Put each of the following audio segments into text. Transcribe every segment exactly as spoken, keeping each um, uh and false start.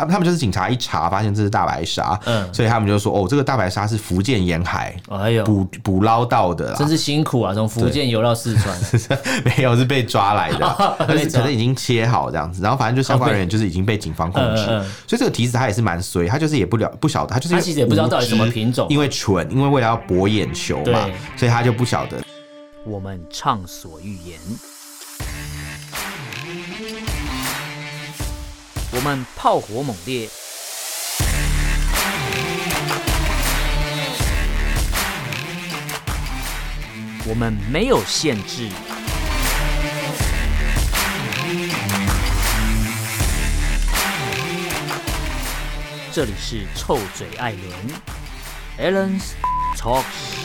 他们他们就是警察一查发现这是大白鲨，嗯，所以他们就说哦，这个大白鲨是福建沿海哎呦捕捕捞到的啦， 真是辛苦啊，从福建游到四川， 没有是被抓来的，但是可能已经切好这样子，然后反正就相关人员就是已经被警方控制，嗯嗯、所以这个蹄子他也是蛮衰，他就是也不了不晓得，他就是他其实也不知道到底什么品种， 因为蠢，因为为了要博眼球嘛，所以他就不晓得。 我们畅所欲言，我们炮火猛烈，我们没有限制。这里是臭嘴艾伦 ，Alan's Talk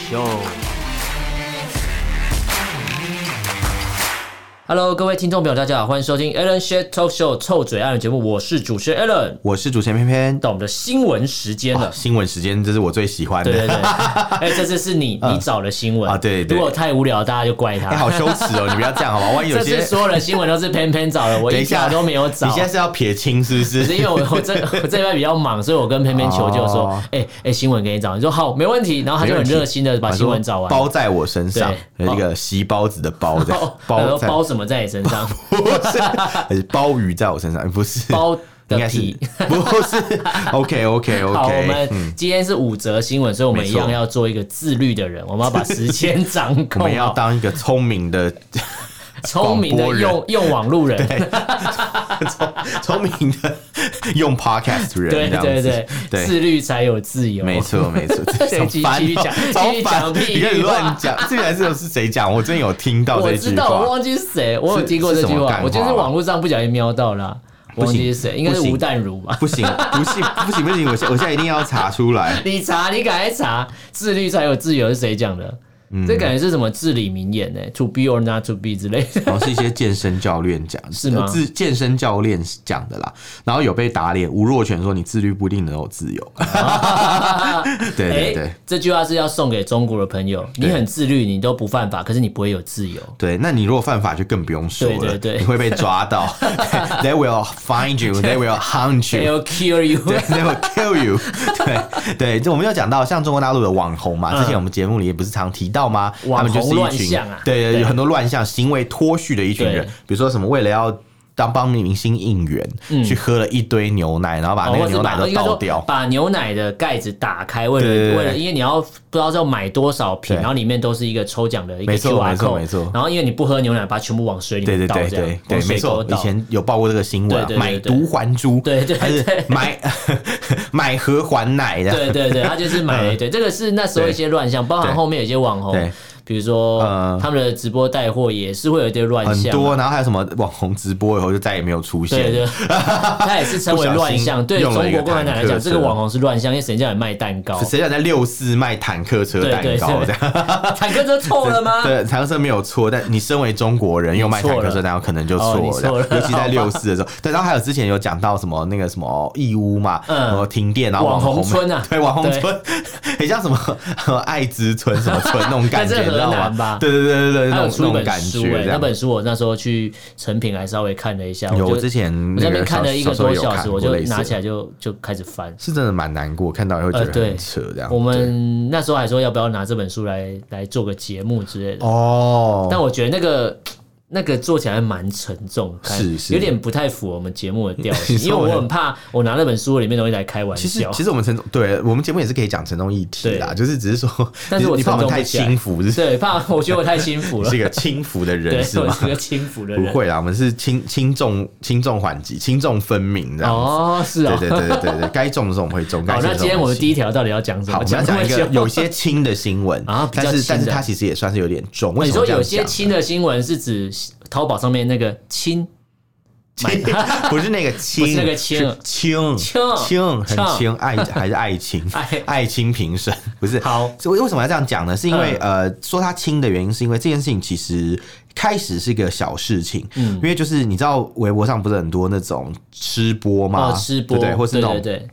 Show。Hello， 各位听众朋友，大家好，欢迎收听 Alan Shit Talk Show 臭嘴艾伦节目，我是主持人 Alan， 我是主持人偏偏。 到我们的新闻时间了、哦， 新闻时间，这是我最喜欢的。 对对对，哎、欸，这次是你你找的新闻、嗯、啊，对对。如果太无聊，大家就怪他。 哎、欸，好羞耻哦！你不要这样好吗？万一有些这次所有的新闻都是偏偏找的，我一条都没有找。 你现在是要撇清是不是？ 是因为我我这我这一边比较忙，所以我跟偏偏求救说，哎、哦、哎、欸欸，新闻给你找，你说好，没问题。然后他就很热心的把新闻找完， 包在我身上，那个洗包子的包的包包什么在你身上？ 不是，鲍鱼在我身上，不是包的皮， 不是。OK OK OK。 好，我们今天是五则新闻，所以我们一样要做一个自律的人，我们要把时间掌控。 我们要当一个聪明的。 聪明的用用网路人， 聪明的用 podcast 人， 对对对对，自律才有自由， 没错没错。 继续讲，继续讲屁， 你可以乱讲。这个是是谁讲？我真有听到这句话， 我知道，我忘记是谁，我有听过这句话，我就是网络上不小心瞄到了。我忘记是谁，应该是吴淡如吧？ 不行，不行，不行，不行！我现我现在一定要查出来。 你查，你赶快查，自律才有自由是谁讲的？嗯、这感觉是什么至理名言呢、欸、？To be or not to be 之类的， 然后是一些健身教练讲， 是吗？ 自健身教练讲的啦。然后有被打脸，吴若权说你自律不一定能有自由。对对对、欸， 这句话是要送给中国的朋友。你很自律，你都不犯法，可是你不会有自由。 对，那你如果犯法就更不用说了， 对对对， 你会被抓到。They will find you, they will hunt you, they will kill you, 对 they will kill you 对。对对，我们有讲到像中国大陆的网红嘛，之前我们节目里也不是常提到吗？ 他们就是一群，啊、 对, 对, 对，有很多乱象、行为脱序的一群人，比如说什么为了要当帮明星应援、嗯，去喝了一堆牛奶，然后把那个牛奶都倒掉， 哦、把, 把牛奶的盖子打开，为了对对对为了，因为你要不知道要买多少瓶，然后里面都是一个抽奖的一个 Q R code， 没错，然后因为你不喝牛奶，把它全部往水里面倒，对对对对，没错， 以前有报过这个新闻、啊，对对对对买椟还珠， 对对对， 还是买买盒还奶的， 对对对，他就是买，对，这个是那时候一些乱象，包含后面有些网红。比如说、呃，他们的直播带货也是会有一点乱象、啊， 很多，然后还有什么网红直播以后就再也没有出现， 对对，他也是称为乱象。对中国共产党来讲，这个网红是乱象，因为谁叫你卖蛋糕， 谁叫你在六四卖坦克车蛋糕这样？ 坦克车错了吗？ 对，坦克车没有错，但你身为中国人又卖坦克车蛋糕，可能就错了，哦、尤其在六四的时候。对，然后还有之前有讲到什么那个什么义乌嘛，嗯，什么停电，然后网红村啊， 对，网红村，很像什么什么爱之村什么村那种感觉，你知道吗？对。对对对对， 他有出一本书哎、欸，那本书我那时候去成品还稍微看了一下， 有我之前我在那边看了一个多小时，我就拿起来就就开始翻， 是真的蛮难过，看到也会觉得很扯这样、呃。 我们那时候还说要不要拿这本书来来做个节目之类的哦，但我觉得那个。那个做起来蛮沉重， 是是， 有点不太符合我们节目的调性，因为我很怕我拿那本书里面东西来开玩笑。 其实其实我们沉重，对我们节目也是可以讲沉重议题啦，就是只是说， 但是我你怕我们太轻浮， 对，怕我觉得我太轻浮了， 是一个轻浮的人是吗？ 我是个轻浮的人， 不会啦，我们是轻轻重轻重缓急，轻重分明这样子。 哦，是啊， 对对对对对，该重的时候我们会重。 好，那今天我们第一条到底要讲什么？ 好，我们要讲一个有些轻的新闻啊， 但是但是它其实也算是有点重。为什么你说有些轻的新闻是指？淘宝上面那个亲， 不是那个亲， 不是那个亲， 亲亲很亲，爱还是爱情，爱卿评审不是。 好， 为什么要这样讲呢？是因为、嗯、呃，说它轻的原因，是因为这件事情其实开始是一个小事情，嗯，因为就是你知道微博上不是很多那种吃播吗？ 哦，吃播， 对不对？或是那种。 对对对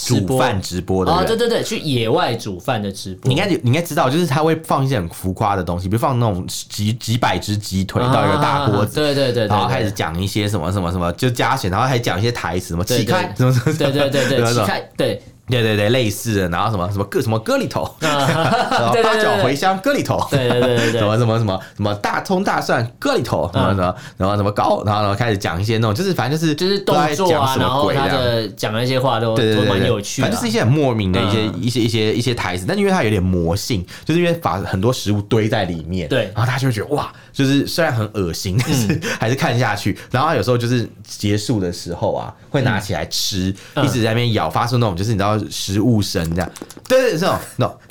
煮饭直播的人。 哦，对对对，去野外煮饭的直播， 你应该你应该知道，就是他会放一些很浮夸的东西，比如放那种几几百只鸡腿到一个大锅子， 对对对， 然后开始讲一些什么什么什么，就加钱，然后还讲一些台词，什么起开，什么什么， 对对对对，起开，对。 对对对，类似的，然后什么什么歌什么歌里头，八角茴香歌里头， 对对对对， 什么什么什么什么大葱大蒜歌里头，什么什么，然后什么高，然后然后开始讲一些那种，就是反正就是就是动作啊，然后他的讲的一些话都都蛮有趣的， 反正就是一些很莫名的一些一些一些一些台词，但因为它有点魔性，就是因为把很多食物堆在里面， 对， 然后大家就会觉得哇，就是虽然很恶心，但是还是看下去。然后有时候就是结束的时候啊，会拿起来吃，一直在那边咬，发出那种就是你知道食物声这样，对对，这种那种，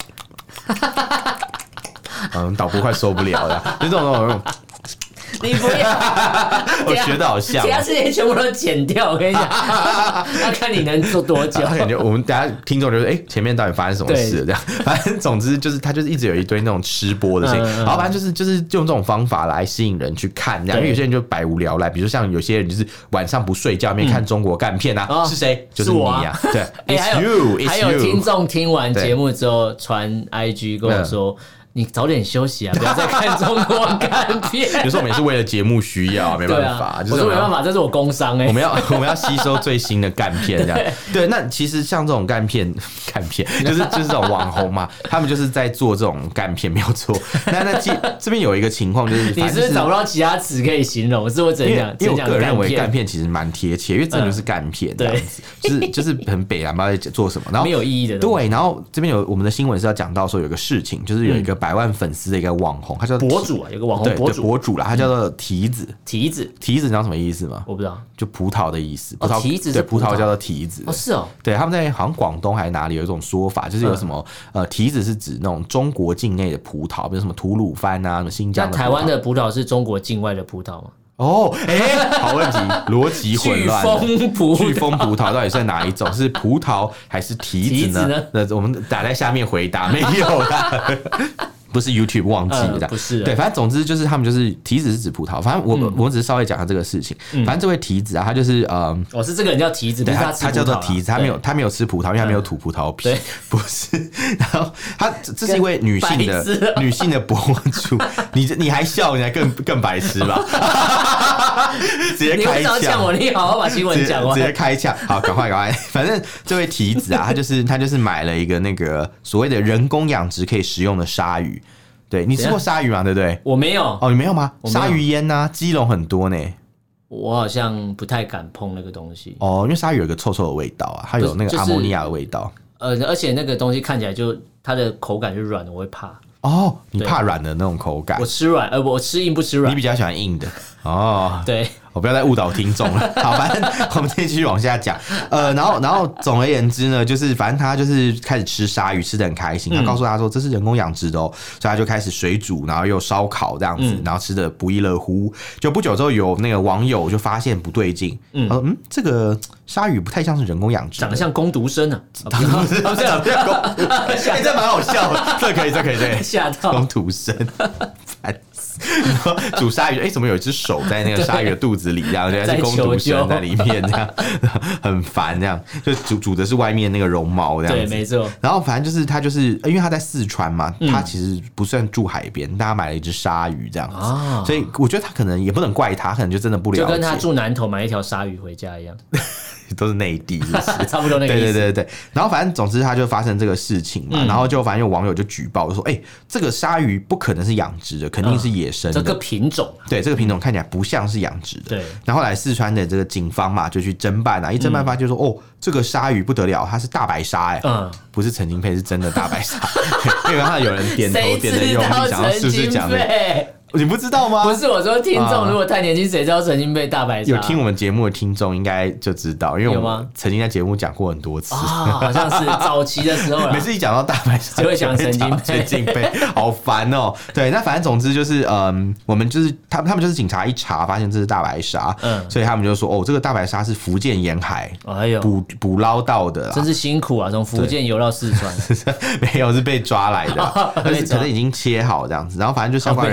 嗯，导播快受不了了，就这种那种。 你不要， 我学的好像， 其他事情全部都剪掉。我跟你讲，要看你能做多久。 感觉我们等下听众就说：“哎、欸，前面到底发生什么事了？”这样，反正总之就是他就是一直有一堆那种吃播的声音，嗯嗯然后反正就是就是用这种方法来吸引人去看，这样。因为有些人就百无聊赖，比如说像有些人就是晚上不睡觉，没看中国干片啊，嗯、是谁？就是你呀、啊。对、欸、，It's you， 还有听众听完节目之后传 I G 跟我说。你早点休息啊！不要再看中国干片。 有时候我们也是为了节目需要，没办法。 啊、就是、我说没办法，这是我工伤哎、欸。 我们要我们要吸收最新的干片，这样对。对，那其实像这种干片，干片就是就是这种网红嘛，他们就是在做这种干片，没有错。那那这这边有一个情况就是， 你是不是找不到其他词可以形容？是我只能讲， 因为我个人认为干片其实蛮贴切，因为真的就是干片这样子，嗯、就是就是很北蓝不知道在做什么，然后没有意义的。 对，然后这边有我们的新闻是要讲到说有个事情，就是有一个百万粉丝的一个网红，他叫博主啊，有个网红博主博主啦，他叫做提子。 提子， 提子你知道什么意思吗？ 我不知道， 就葡萄的意思。葡萄提子对葡萄叫做提子。 哦，是哦， 对，他们在好像广东还是哪里有一种说法，就是有什么呃提子是指那种中国境内的葡萄，比如什么吐鲁番啊、什么新疆的。 那台湾的葡萄是中国境外的葡萄吗？ 哦，哎、欸，好问题，逻辑混乱。 飓风葡飓风葡萄到底是哪一种？是葡萄还是提子呢？那我们打在下面回答，没有啦。不是 YouTube 忘记了、 嗯，不是对，反正总之就是他们就是提子是指葡萄，反正我、嗯、我只是稍微讲下这个事情。嗯、反正这位提子啊，他就是呃， 哦，是这个人叫提子， 对， 他他叫做提子，他没有他没有吃葡萄，因为他没有吐葡萄皮，不是。然后他这是一位女性的女性的博主，你你还笑，你还更更白痴吧？直接开呛我，你好好把新闻讲完， 直接开呛，好，赶快赶快。反正这位提子啊，他就是他就是买了一个那个所谓的人工养殖可以食用的鲨鱼。对，你吃过鲨鱼吗？对不对？ 我没有。 哦，你没有吗？鲨鱼烟呐、啊，基隆很多呢。 我好像不太敢碰那个东西。 哦，因为鲨鱼有一个臭臭的味道啊，它有那个阿莫尼亚的味道。 就是、呃，而且那个东西看起来就它的口感就软的，我会怕。 哦，你怕软的那种口感？ 我吃软，呃，我吃硬不吃软。 你比较喜欢硬的哦。 对。 我不要再误导听众了。好，反正我们继续往下讲。呃，然后，然后总而言之呢，就是反正他就是开始吃鲨鱼，吃得很开心。他告诉他说这是人工养殖的哦，所以他就开始水煮，然后又烧烤这样子，然后吃得不亦乐乎。就不久之后，有那个网友就发现不对劲，嗯，他说嗯，这个鲨鱼不太像是人工养殖， 长得像工读生啊， 长得像长得像工，哎，这蛮好笑的，这可以，这可以，对， 吓到工读生。你说煮鲨鱼，哎、欸，怎么有一只手在那个鲨鱼的肚子里，这样，原来是工读生在里面，这样很烦，这样就煮煮的是外面那个绒毛，这样子， 对，没错。 然后反正就是他就是，因为他在四川嘛，嗯、他其实不算住海边，大家买了一只鲨鱼这样子，哦、所以我觉得他可能也不能怪他，可能就真的不了解， 就跟他住南投买一条鲨鱼回家一样。 都是内地，是不是差不多那个意思。 对对对对，然后反正总之他就发生这个事情嘛，嗯、然后就反正有网友就举报说，哎、欸，这个鲨鱼不可能是养殖的，肯定是野生的。 嗯、这个品种， 对，这个品种看起来不像是养殖的。 对。 然后后来四川的这个警方嘛，就去侦办啊，一侦办发现说，嗯、哦，这个鲨鱼不得了，它是大白鲨，哎，嗯，不是陈金佩，是真的大白鲨。因为看到有人点头点的用力，想要是不是讲的。你不知道吗？ 不是，我说听众如果太年轻，谁知道陈金佩大白鲨？ 有听我们节目的听众应该就知道，因为我们曾经在节目讲过很多次， 哦、好像是早期的时候啦。 每次一讲到大白鲨， 就会想陈金佩， 陈金佩好烦哦。对，那反正总之就是，嗯，我们就是他他们就是警察一查，发现这是大白鲨，嗯，所以他们就说，哦，这个大白鲨是福建沿海哎呦捕捕捞到的啦， 真是辛苦啊，从福建游到四川， 没有是被抓来的，但是可能已经切好这样子，然后反正就相关人员就是已经。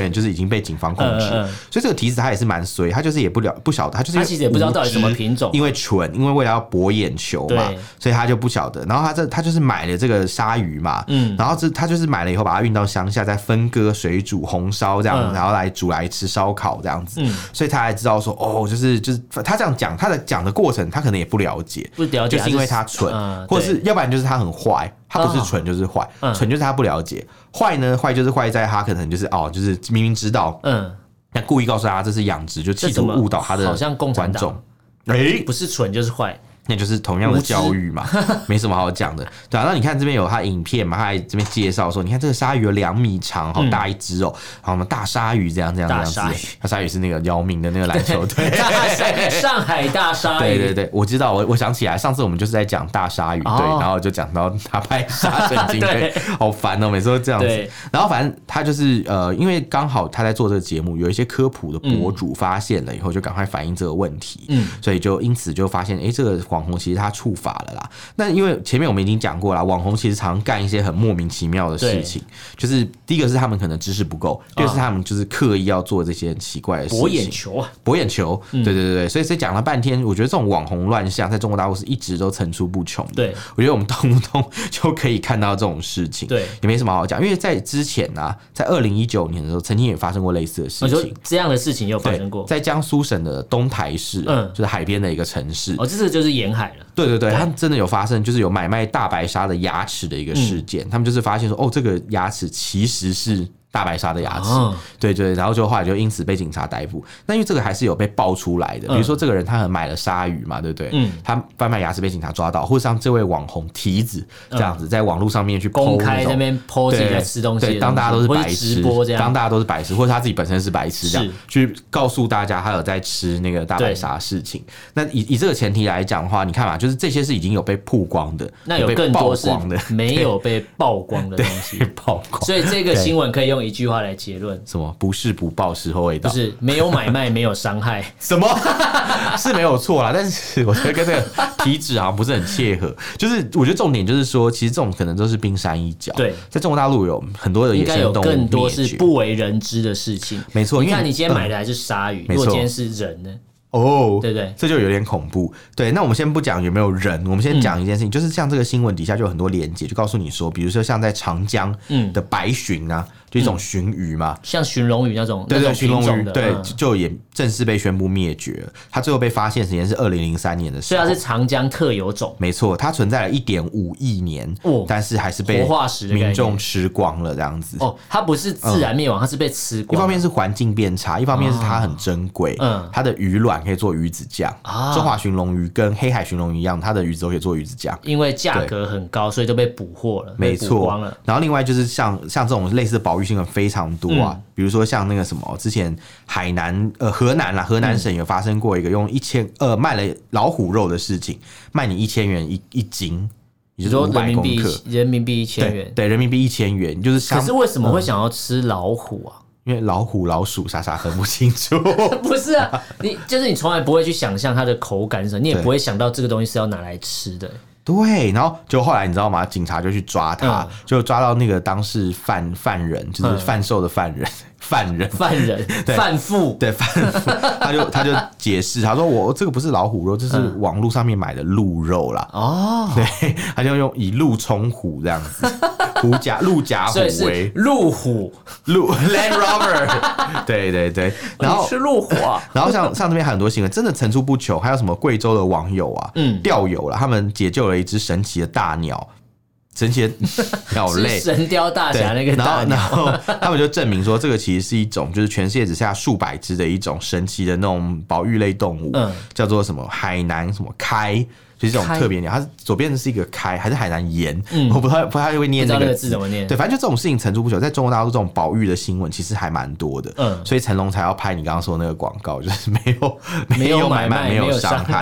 经被警方控制，嗯嗯所以这个蹄子他也是蛮衰，他就是也不了不晓得，他就是他其实也不知道到底什么品种， 因为蠢，因为为了要博眼球嘛，所以他就不晓得。然后他这他就是买了这个鲨鱼嘛，嗯，然后这他就是买了以后把它运到乡下，再分割、水煮、红烧这样子，嗯、然后来煮来吃烧烤这样子，嗯、所以他才知道说哦，就是就是他这样讲，他的讲的过程他可能也不了解， 不了解， 就是因为他蠢，嗯、或者是要不然就是他很坏。他不是蠢就是坏，哦、蠢就是他不了解，坏呢坏就是坏在他可能就是哦，就是明明知道，嗯，但故意告诉他这是养殖，就企图误导他的观众，好像共产党，哎、欸，不是蠢就是坏。 那就是同样的教育嘛，没什么好讲的，对啊。那你看这边有他影片嘛，他还这边介绍说，你看这个鲨鱼有两米长，好大一只哦，好，我们大鲨鱼这样这样这样子，大鲨鱼是那个姚明的那个篮球队， 上海大鲨鱼， 对对对，我知道，我我想起来，上次我们就是在讲大鲨鱼，哦、对，然后就讲到他拍杀神经队，好烦哦，每次都这样子。然后反正他就是呃，因为刚好他在做这个节目，有一些科普的博主发现了以后，就赶快反映这个问题，嗯，所以就因此就发现，哎，这个。网红其实他触法了啦，那因为前面我们已经讲过啦，网红其实常干一些很莫名其妙的事情，就是第一个是他们可能知识不够，第二个是他们就是刻意要做这些很奇怪的事情， 博眼球啊， 博眼球，对对对对，所以所以讲了半天，我觉得这种网红乱象在中国大陆是一直都层出不穷的。 对， 我觉得我们动不动就可以看到这种事情，对，也没什么好讲，因为在之前啊，在二零一九年的时候，曾经也发生过类似的事情， 这样的事情也有发生过， 在江苏省的东台市，嗯，就是海边的一个城市， 哦，这个就是沿海了， 对对对。他们真的有发生，就是有买卖大白鲨的牙齿的一个事件。嗯、他们就是发现说，哦，这个牙齿其实是大白鲨的牙齿，哦、对对，然后就后来就因此被警察逮捕。那因为这个还是有被爆出来的，比如说这个人他很买了鲨鱼嘛，对不对？嗯，他贩卖牙齿被警察抓到，或者像这位网红蹄子这样子，在网络上面去 po 公开那边 po 自己在吃东西， 对，当大家都是白痴，当大家都是白痴，或者他自己本身是白痴，这样去告诉大家他有在吃那个大白鲨的事情。那以以这个前提来讲的话，你看嘛，就是这些是已经有被曝光的， 那有更多是没有被曝光的东西， 曝光。 所以这个新闻可以用一句话来结论： 什么？不是不报，时候未到。 不是没有买卖，没有伤害。 什么？是没有错啦，但是我觉得跟这个体脂好像不是很切合。就是我觉得重点就是说，其实这种可能都是冰山一角。 对， 在中国大陆有很多的野生动物灭绝， 应该有更多是不为人知的事情。 没错， 你看你今天买的还是鲨鱼，嗯、如果今天是人呢？ 哦， 对对， 这就有点恐怖。对，那我们先不讲有没有人，我们先讲一件事情，嗯、就是像这个新闻底下就有很多连结，就告诉你说，比如说像在长江的白鲟啊。就一种鲟鱼嘛， 嗯、像鲟龙鱼那种， 对对，鲟龙鱼，对， 嗯、 就也正式被宣布灭绝了。它最后被发现时间是二零零三年的时候， 所以它是长江特有种， 没错，它存在了一点五亿年，哦，但是还是被活化石民众吃光了这样子。 哦，它不是自然灭亡，嗯、它是被吃光。 一方面是环境变差，一方面是它很珍贵，嗯，它的鱼卵可以做鱼子酱啊。中华鲟龙鱼跟黑海鲟龙鱼一样，它的鱼子都可以做鱼子酱， 因为价格很高，所以都被捕获了， 没错， 被捕光了。 然后另外就是像像这种类似的保育新闻非常多啊，嗯、比如说像那个什么，之前海南呃河南啦，河南省有发生过一个用一千呃卖了老虎肉的事情，卖你一千元一一斤，也就是五百公克， 人民币一千元， 对，人民币一千元，就是。 可是为什么会想要吃老虎啊？ 因为老虎、老鼠傻傻分不清楚。 不是啊，你就是你从来不会去想象它的口感是什么，你也不会想到这个东西是要拿来吃的。 对，然后就后来你知道吗？警察就去抓他，嗯、就抓到那个当事犯犯人，就是贩售的犯人。犯人， 犯人，犯妇， 对，犯妇，他就他就解释，他说我这个不是老虎肉，这是网络上面买的鹿肉啦。哦，对，他就用以鹿充虎这样子，狐假鹿假虎威， 鹿虎， 鹿 Land Rover， 对对对，然后是鹿虎啊， 然后像像这边还有很多新闻，真的层出不穷，还有什么贵州的网友啊，嗯，钓友啦，他们解救了一只神奇的大鸟。神奇的鸟类， 神雕大侠那个大鸟， 然后他们就证明说，这个其实是一种，就是全世界只剩下数百只的一种神奇的那种保育类动物，嗯、叫做什么海南什么开，就是这种特别鸟。它左边是一个开，还是海南岩？嗯、我不太不太会念那个字怎么念。 对，反正就这种事情层出不穷，在中国大陆这种保育的新闻其实还蛮多的。嗯，所以成龙才要拍你刚刚说的那个广告，就是没有没有买卖，没有伤害。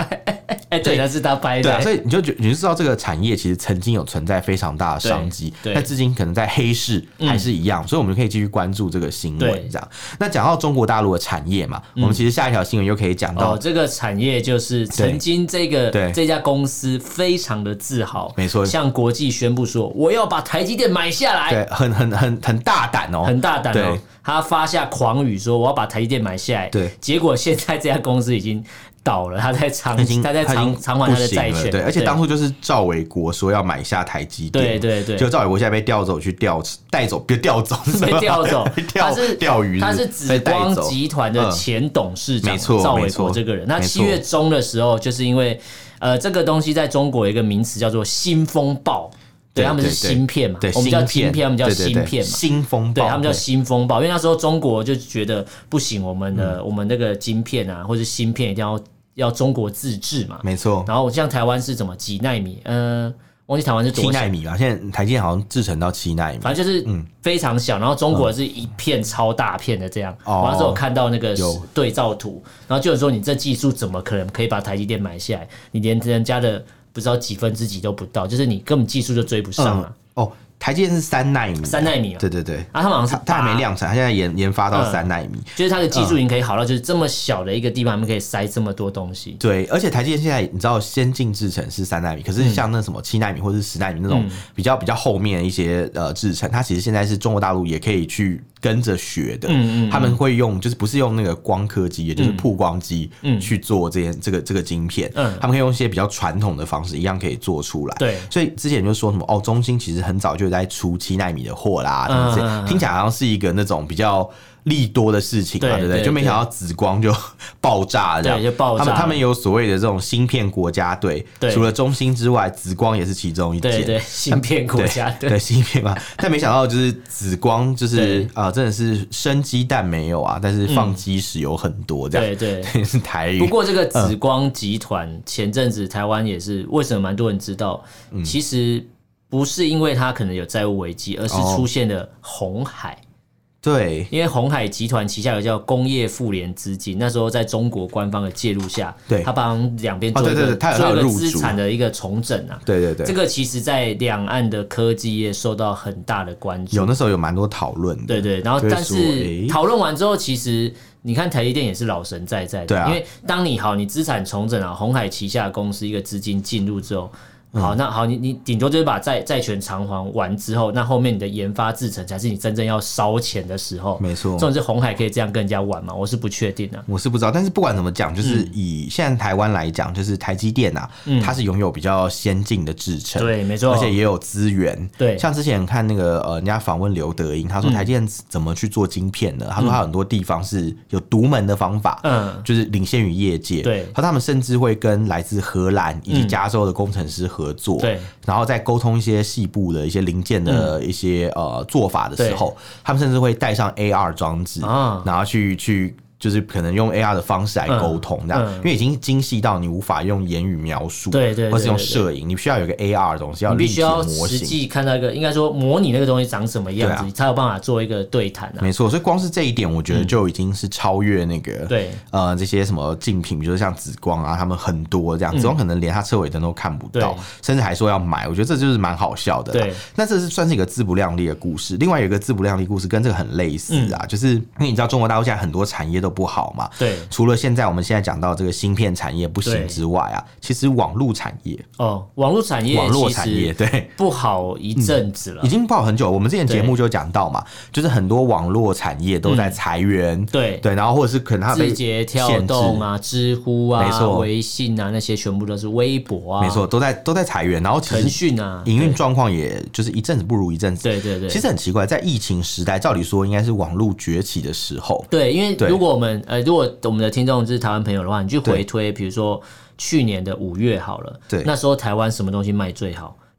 哎，对，那是他拍的。 对啊，所以你就觉你就知道这个产业其实曾经有存在非常大的商机，但至今可能在黑市还是一样，嗯、所以我们就可以继续关注这个新闻。这样，那讲到中国大陆的产业嘛，嗯、我们其实下一条新闻又可以讲到、 哦，这个产业就是曾经这个这家公司非常的自豪， 没错， 向国际宣布说我要把台积电买下来， 对，很很很很大胆哦， 很大胆哦，他发下狂语说我要把台积电买下来， 对， 结果现在这家公司已经倒了，他在偿他在偿偿还他的债权， 对，而且当初就是赵伟国说要买下台积电， 对对对， 就赵伟国现在被调走去调带走，别调走， 被调走， 他是钓鱼， 他是紫光集团的前董事长赵伟国这个人，他七月中的时候就是因为呃这个东西在中国有一个名词叫做新风暴。对，他们是芯片嘛，我们叫晶片，他们叫芯片嘛， 新风暴， 对，他们叫新风暴，因为那时候中国就觉得不行，我们的、嗯、我们那个晶片啊，或者芯片一定要要中国自制嘛， 没错。 然后像台湾是怎么几奈米，呃，忘记台湾是多七奈米吧，现在台积电好像制成到七奈米， 反正就是非常小，然后中国是一片超大片的这样。嗯、我那时候看到那个对照图，然后就有说你这技术怎么可能可以把台积电买下来？你连人家的不知道几分之几都不到，就是你根本技术就追不上了。 嗯、哦，台积电是三奈米， 三奈米， 对对对， 啊，他们好像是他还没量产，他现在研研发到三奈米、嗯， 就是它的技术已经可以好到，就是这么小的一个地方，他们可以塞这么多东西。 对，而且台积电现在你知道先进制程是三奈米，可是像那什么七奈米或者是十奈米那种比较比较后面的一些呃制程，它其实现在是中国大陆也可以去跟着学的，嗯嗯嗯，他们会用就是不是用那个光刻机，也就是曝光机去做这些这个这个晶片，嗯，他们可以用一些比较传统的方式，一样可以做出来。对，所以之前就说什么哦，中芯其实很早就在出七奈米的货啦，嗯嗯嗯，听起来好像是一个那种比较利多的事情嘛， 对, 对不对？就没想到紫光就爆炸了， 对，就爆炸。 他们他们有所谓的这种芯片国家队，除了中芯之外，紫光也是其中一件。 对对，芯片国家队， 对芯片嘛。但没想到就是紫光就是啊、呃，真的是生鸡蛋没有啊，但是放鸡屎有很多这样。 嗯、对对， 是台语。 不过这个紫光集团、嗯、前阵子台湾也是，为什么蛮多人知道？嗯、其实不是因为它可能有债务危机，而是出现了鸿海。哦，对，因为鸿海集团旗下有叫工业妇联资金，那时候在中国官方的介入下，对，他帮两边做一个、哦、做一个资产的一个重整啊。对对对，这个其实在两岸的科技业受到很大的关注， 有那时候有蛮多讨论的。 对对，然后但是讨论完之后，其实你看台积电也是老神在在的，对啊，因为当你好，你资产重整啊，鸿海旗下的公司一个资金进入之后。好，那好，你你顶多就是把债债权偿还完之后，那后面你的研发制程才是你真正要烧钱的时候。没错，这种是鸿海可以这样跟人家玩吗？我是不确定的、啊， 我是不知道。但是不管怎么讲，就是以现在台湾来讲，就是台积电啊，嗯、它是拥有比较先进的制程， 对，没错， 而且也有资源。对，像之前看那个呃，人家访问刘德英，他说台积电怎么去做晶片呢？嗯、他说他很多地方是有独门的方法，嗯，就是领先于业界。对，他他们甚至会跟来自荷兰以及加州的工程师合。合作，对，然后再沟通一些细部的一些零件的一些、嗯、呃做法的时候，他们甚至会带上 A R 装置，啊、然后去去。就是可能用 A R 的方式来沟通，这样、嗯嗯，因为已经精细到你无法用言语描述，对 对, 对, 对，或是用摄影，你需要有一个 A R 的东西，要立体模型， 你必须要实际看到一个，应该说模拟那个东西长什么样子，你、啊、才有办法做一个对谈啊。 没错，所以光是这一点，我觉得就已经是超越那个，对、嗯，呃，这些什么竞品，比如说像紫光啊，他们很多这样，紫光可能连它车尾灯都看不到，甚至还说要买，我觉得这就是蛮好笑的。对，那这是算是一个自不量力的故事。另外有一个自不量力故事跟这个很类似啊，嗯、就是因为你知道中国大陆现在很多产业都不好嘛，对。除了现在我们现在讲到这个芯片产业不行之外啊，其实网络产业哦，网络产业， 网络产业对不好一阵子了、 嗯，已经不好很久。我们之前节目就讲到嘛，就是很多网络产业都在裁员，嗯、对对，然后或者是可能它被字节跳动啊、知乎啊、没错、微信啊那些全部都是微博啊， 没错，都在都在裁员。然后其实腾讯啊， 营运状况也就是一阵子不如一阵子。 对对对， 其实很奇怪，在疫情时代，照理说应该是网络崛起的时候。 对，因为如果我们呃，如果我们的听众是台湾朋友的话，你去回推，比如说去年的五月好了，对，那时候台湾什么东西卖最好？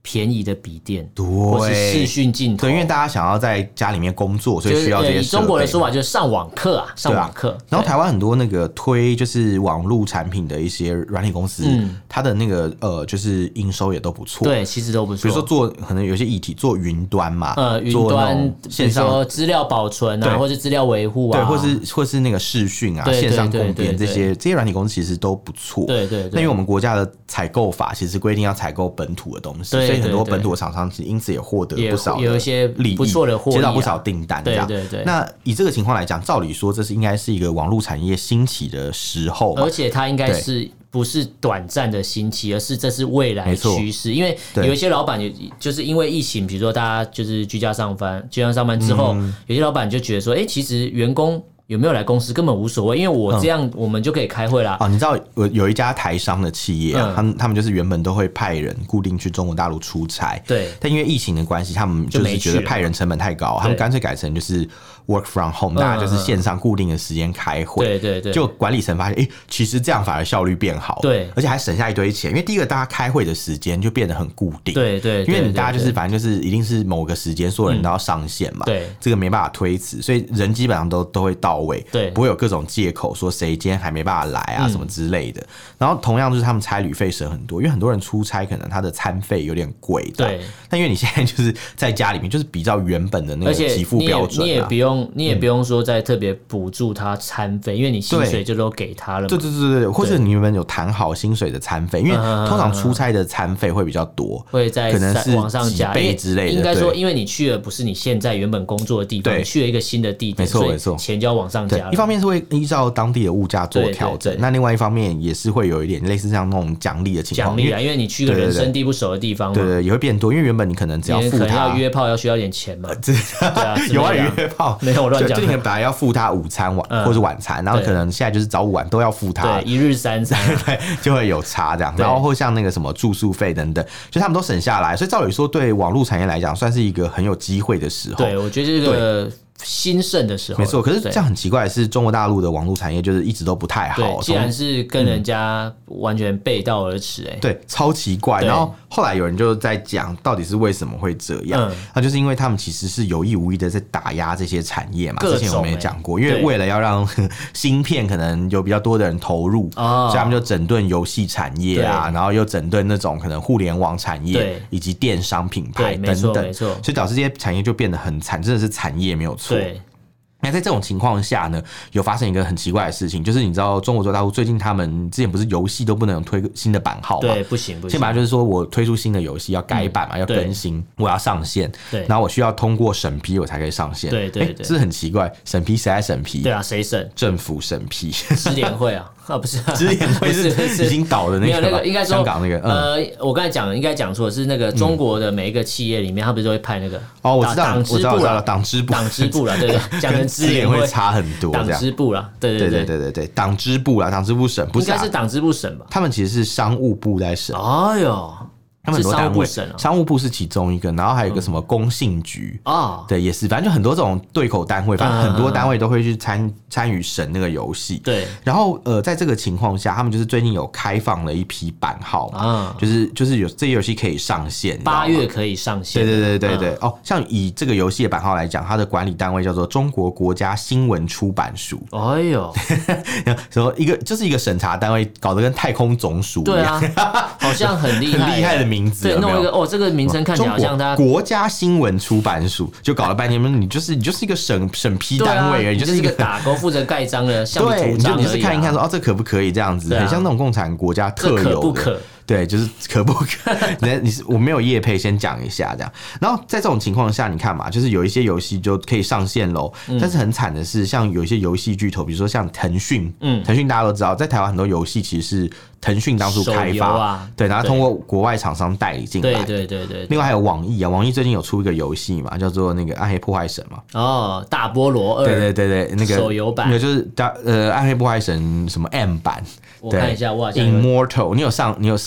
便宜的笔电，或是视讯镜头， 对，因为大家想要在家里面工作，所以需要这些设备。以中国的说法就是上网课啊，上网课。 然后台湾很多那个推就是网络产品的一些软体公司，嗯、它的那个呃就是营收也都不错。 对，其实都不错。 比如说做可能有些议题做云端嘛， 呃，云端线上资料保存啊，或是资料维护啊， 对，或是或是那个视讯啊，线上供电这些这些软体公司其实都不错。 对对对。 那因为我们国家的采购法其实规定要采购本土的东西，所以很多本土的厂商其实因此也获得不少有一些不错的获益、啊， 接到不少订单。对对对。那以这个情况来讲，照理说这是应该是一个网络产业兴起的时候， 而且它应该是不是短暂的兴起，而是这是未来趋势。因为有一些老板就是因为疫情，比如说大家就是居家上班，居家上班之后，嗯、有些老板就觉得说，哎、欸，其实员工有没有来公司根本无所谓，因为我这样我们就可以开会啦。 嗯、哦，你知道有有一家台商的企业啊，嗯、他们他们就是原本都会派人固定去中国大陆出差， 对， 但因为疫情的关系，他们就是觉得派人成本太高，他们干脆改成就是 work from home， 大家就是线上固定的时间开会。 对对对， 就管理层发现，哎、欸，其实这样反而效率变好， 对， 而且还省下一堆钱。因为第一个，大家开会的时间就变得很固定， 对 对, 对， 因为你大家就是反正就是一定是某个时间，所有人都要上线嘛， 对、嗯， 这个没办法推迟，所以人基本上都都会到位， 对， 不会有各种借口说谁今天还没办法来啊、嗯、什么之类的。然后同样就是他们差旅费省很多，因为很多人出差可能他的餐费有点贵， 对。 但因为你现在就是在家里面，就是比较原本的那个给付标准、啊， 你也不用你也不用说再特别补助他餐费、嗯，因为你薪水就都给他了嘛。 对对对对，或者你们有谈好薪水的餐费，因为通常出差的餐费会比较多， 会在可能是往上加几倍之类的。 应该说，因为你去了不是你现在原本工作的地方，你去了一个新的地点， 没错没错， 钱就要往上加。 一方面是会依照当地的物价做调整，那另外一方面也是会有一点类似像那种奖励的情况。 奖励啊，因为你去个人生地不熟的地方嘛， 对 对, 对, 对，也会变多，因为原本你可能只要付他， 可能要约炮要需要点钱嘛，对啊， 有啊约炮没有我乱讲， 就你可能本来要付他午餐晚、嗯、或是晚餐，然后可能现在就是早午晚都要付他， 对，一日三餐， 对，就会有差这样。然后或像那个什么住宿费等等，就他们都省下来，所以照理说对网络产业来讲，算是一个很有机会的时候。 对，我觉得这个。兴盛的时候， 没错。可是这样很奇怪的是，中国大陆的网络产业就是一直都不太好。 对，既然是跟人家完全背道而驰、欸，哎、嗯， 对，超奇怪。然后后来有人就在讲，到底是为什么会这样？嗯、那就是因为他们其实是有意无意的在打压这些产业嘛。之前我们也讲过，因为为了要让芯片可能有比较多的人投入，所以他们就整顿游戏产业啊，然后又整顿那种可能互联网产业以及电商品牌等等， 没错， 所以导致这些产业就变得很惨，真的是产业没有错。 对， 那在这种情况下呢，有发生一个很奇怪的事情，就是你知道中国大陆最近他们之前不是游戏都不能推新的版号吗？ 对，不行不行。 先本来就是说我推出新的游戏要改版嘛、嗯，要更新，我要上线， 对， 然后我需要通过审批我才可以上线。 对对对， 这很奇怪，审批谁来审批？ 对啊，谁审？ 政府审批， 支联会啊。啊，不是、啊， 支联会是已经倒的那个， 没有那个，应该说香港那个， 嗯、呃，我刚才讲应该讲错，是那个中国的每一个企业里面，他不是都会派那个哦，我知道， 党支部啦， 党支部， 党支部啦，对对，讲成支联会差很多， 党支部啦，对对对对对对，党支部啦，党支部审，不是、啊、 应该是党支部审吧？ 他们其实是商务部在审。 哎呦。 他们很多单位， 商务部、喔、 商务部是其中一个，然后还有一个什么工信局啊、嗯，对，也是，反正就很多这种对口单位，反正很多单位都会去参参与审那个游戏。 对， 然后呃，在这个情况下，他们就是最近有开放了一批版号嘛，嗯、就是就是有这些游戏可以上线， 八月可以上线。 对对对对对、嗯，哦，像以这个游戏的版号来讲，它的管理单位叫做中国国家新闻出版署。 哎呦， 什么一个就是一个审查单位，搞得跟太空总署一样， 对啊，好像很厉害， 很厉害的名字， 对，弄一个。哦，这个名称看起来好像它国家新闻出版署，就搞了半天，你就是你就是一个审审批单位而已， 啊、就是一个打勾负责盖章的橡皮图章而已、啊。 对，你是看一看说哦，这可不可以这样子？啊、很像那种共产国家特有的。 可不可？ 对，就是可不可？你你是我没有业配，先讲一下这样。然后在这种情况下，你看嘛，就是有一些游戏就可以上线喽、嗯。但是很惨的是，像有一些游戏巨头，比如说像腾讯，嗯，腾讯大家都知道，在台湾很多游戏其实是腾讯当初开发， 啊、 对，然后通过国外厂商代理进来。 对对对 对, 對。 另外还有网易啊，网易最近有出一个游戏嘛，叫做那个《暗黑破坏神》嘛。 哦，大菠萝二。 对对对对，那个手游版， 那个就是呃《暗黑破坏神》什么 M 版。 我看一下，我好像 Immortal， 你有上你有上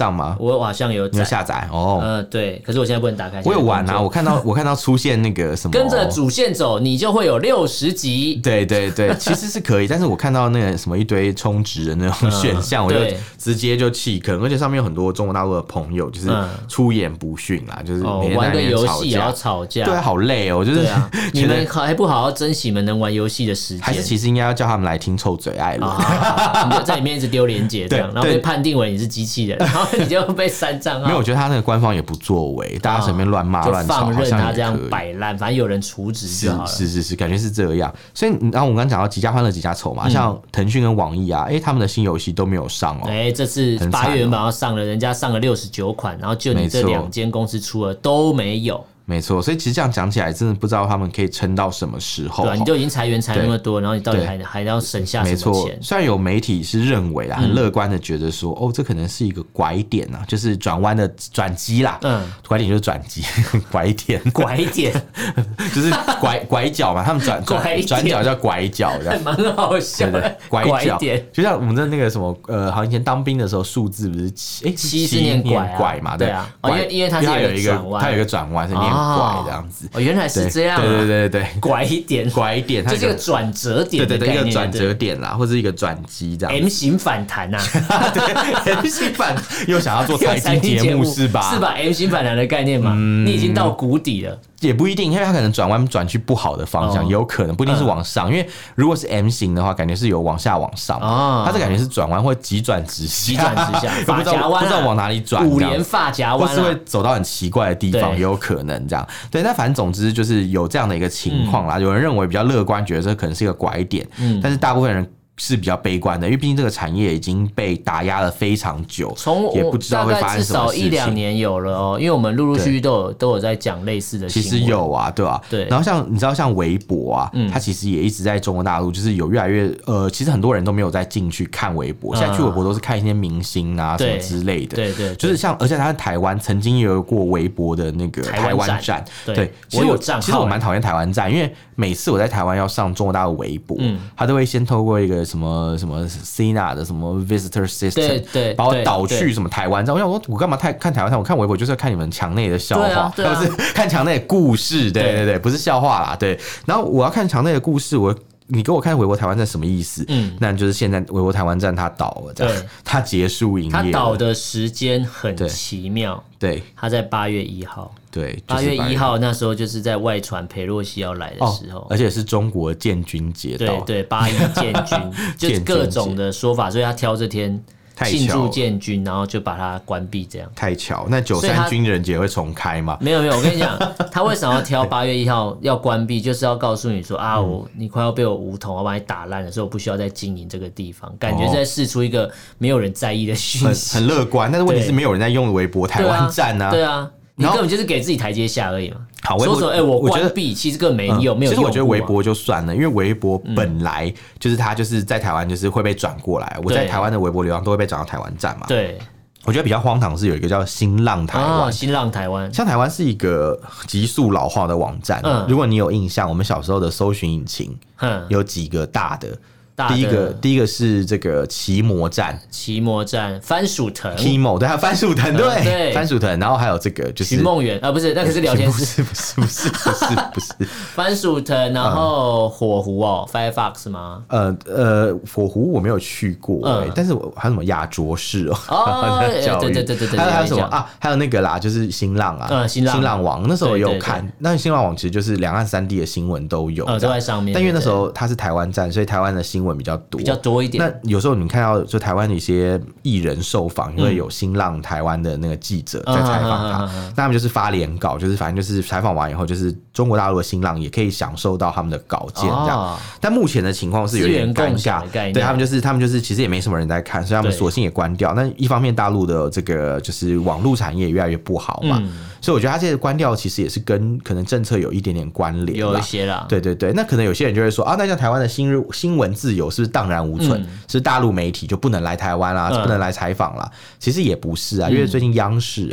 上吗？ 我好像有载， 你有下载哦。 呃，对，可是我现在不能打开。 我有玩啊，我看到我看到出现那个什么， 跟着主线走，你就会有六十集。 对对对，其实是可以，但是我看到那个什么一堆充值的那种选项，嗯、我就直接就弃坑，而且上面有很多中国大陆的朋友，就是出言不逊啦，就是每天在那边吵架，玩个游戏也要吵架， 对，好累哦，就是、啊、 你们还不好好珍惜你们能玩游戏的时间， 还是其实应该要叫他们来听臭嘴艾伦， 你就在里面一直丢连结这样，然后被判定为你是机器人，然后你就被删账号。 没有，我觉得他那个官方也不作为，大家随便乱骂乱吵， 放任他这样摆烂，反正有人处置就好了。 是是是是，感觉是这样。所以，然后我们刚刚讲到几家欢乐几家愁嘛，嗯、像腾讯跟网易啊，哎、欸，他们的新游戏都没有上哦。 哎、欸，这次八月原本要上了，人家上了六十九款，然后就你这两间公司出了都没有。 没错，所以其实这样讲起来，真的不知道他们可以撑到什么时候。 对、啊，你就已经裁员裁那么多，然后你到底还还要省下什么钱？没错， 虽然有媒体是认为啊，很乐观的觉得说，嗯、哦，这可能是一个拐点啊，就是转弯的转机啦。嗯，拐点就是转机，拐点， 拐点就是拐拐角嘛，他们转转转角叫拐角，这样蛮好笑的。 对对拐角，就像我们的那个什么呃，好像以前当兵的时候，数字不是七哎七是念拐嘛？对啊，因为因为它是有一个转弯， 它有一个转弯是念。拐这样子哦，原来是这样、啊， 对对对对对， 拐一点， 拐一点， 这是一个转折点的概念， 对对对，一个转折点啦，或者一个转机这样 ，M 型反弹呐、 啊，对 ，M 型反弹又想要做财经节目是吧？ 是吧 ？M 型反弹的概念嘛，嗯、你已经到谷底了。 也不一定，因为它可能转弯转去不好的方向，哦、也有可能不一定是往上。嗯、因为如果是 M 型的话，感觉是有往下往上，哦、它这感觉是转弯或急转直下， 急转直下，发夹弯、啊、 不知道往哪里转， 五连发夹弯、啊， 或是会走到很奇怪的地方，也有可能这样。对，那反正总之就是有这样的一个情况啦。嗯、有人认为比较乐观，觉得这可能是一个拐点，嗯、但是大部分人是比较悲观的，因为毕竟这个产业已经被打压了非常久，从也不知道会发生什么事情。至少一两年有了哦，因为我们陆陆续续都有都有在讲类似的新闻。其实有啊，对吧、啊？对。然后像你知道，像微博啊，嗯、它其实也一直在中国大陆，就是有越来越呃，其实很多人都没有再进去看微博，现在去微博都是看一些明星啊、嗯、什么之类的。对 对, 对，就是像，而且他在台湾曾经也有过微博的那个台湾站，对，对其实我有账号。 其实我蛮讨厌台湾站，因为每次我在台湾要上中国大陆微博，嗯、他都会先透过一个什么什么 C N A 的什么 Visitor System， 对对，把我导去什么台湾站。我想说，我干嘛太看台湾站？我看微博就是要看你们墙内的笑话，而、啊啊、不是看墙内的故事。对对对，不是笑话啦。对，然后我要看墙内的故事，我。你给我看微博台湾站什么意思？嗯，那就是现在微博台湾站它倒了，对，它结束营业。它倒的时间很奇妙， 对， 它在八月一号， 对， 八月一号那时候就是在外传裴洛西要来的时候， 哦、而且是中国建军节倒， 对对，八一建军，就是各种的说法，所以他挑这天。庆祝建军，然后就把它关闭，这样太巧。那九三军人节会重开吗？ 没有没有，我跟你讲，他为什么要挑八月一号要关闭，就是要告诉你说啊，我你快要被我武统，我把你打烂了，所以我不需要再经营这个地方，感觉在释出一个没有人在意的讯息， 很很乐观。但是问题是，没有人在用微博台湾站啊， 对啊。你根本就是给自己台阶下而已嘛。好，说说哎、欸，我关闭，其实根本没有，嗯、没有用、啊。 其实我觉得微博就算了，因为微博本来就是它就是在台湾就是会被转过来，我在台湾的微博流量都会被转到台湾站嘛。对。我觉得比较荒唐是有一个叫新浪台湾、哦， 新浪台湾， 像台湾是一个急速老化的网站。嗯、如果你有印象，我们小时候的搜寻引擎，嗯，有几个大的。第一个，第一个是这个奇摩站， 奇摩站，番薯藤 ，Kimo， 对，还有番薯藤，对，嗯、对番薯藤，然后还有这个就是寻梦园啊，不是，那个是聊天室， 不是，不是，不是，不是，不是， 番薯藤，然后火狐哦 ，Firefox 吗？ 呃呃，火狐我没有去过、欸，嗯、但是我还有什么亚卓士哦， 哦，对对对对对， 还有还有什么啊？还有那个啦，就是新浪啊， 嗯，新浪， 新浪网，那时候也有看，那新浪网其实就是两岸三地的新闻都有， 呃，都在上面， 但因为那时候它是台湾站，所以台湾的新闻比较多， 比较多。多一点。 那有时候你看到就台湾的一些艺人受访，因为有新浪台湾的那个记者在采访他，那他们就是发连稿，就是反正就是采访完以后，就是中国大陆的新浪也可以享受到他们的稿件这样。哦、但目前的情况是有点尴尬，对他们就是他们就是其实也没什么人在看，所以他们索性也关掉。那一方面大陆的这个就是网络产业越来越不好嘛，嗯、所以我觉得他这个关掉其实也是跟可能政策有一点点关联， 有一些啦。 对对对，那可能有些人就会说啊，那像台湾的新新闻自由是不是荡然无存？嗯、是大陆媒体就不能来台湾啦，嗯、不能来采访啦？其实也不是啊，因为最近央视啊。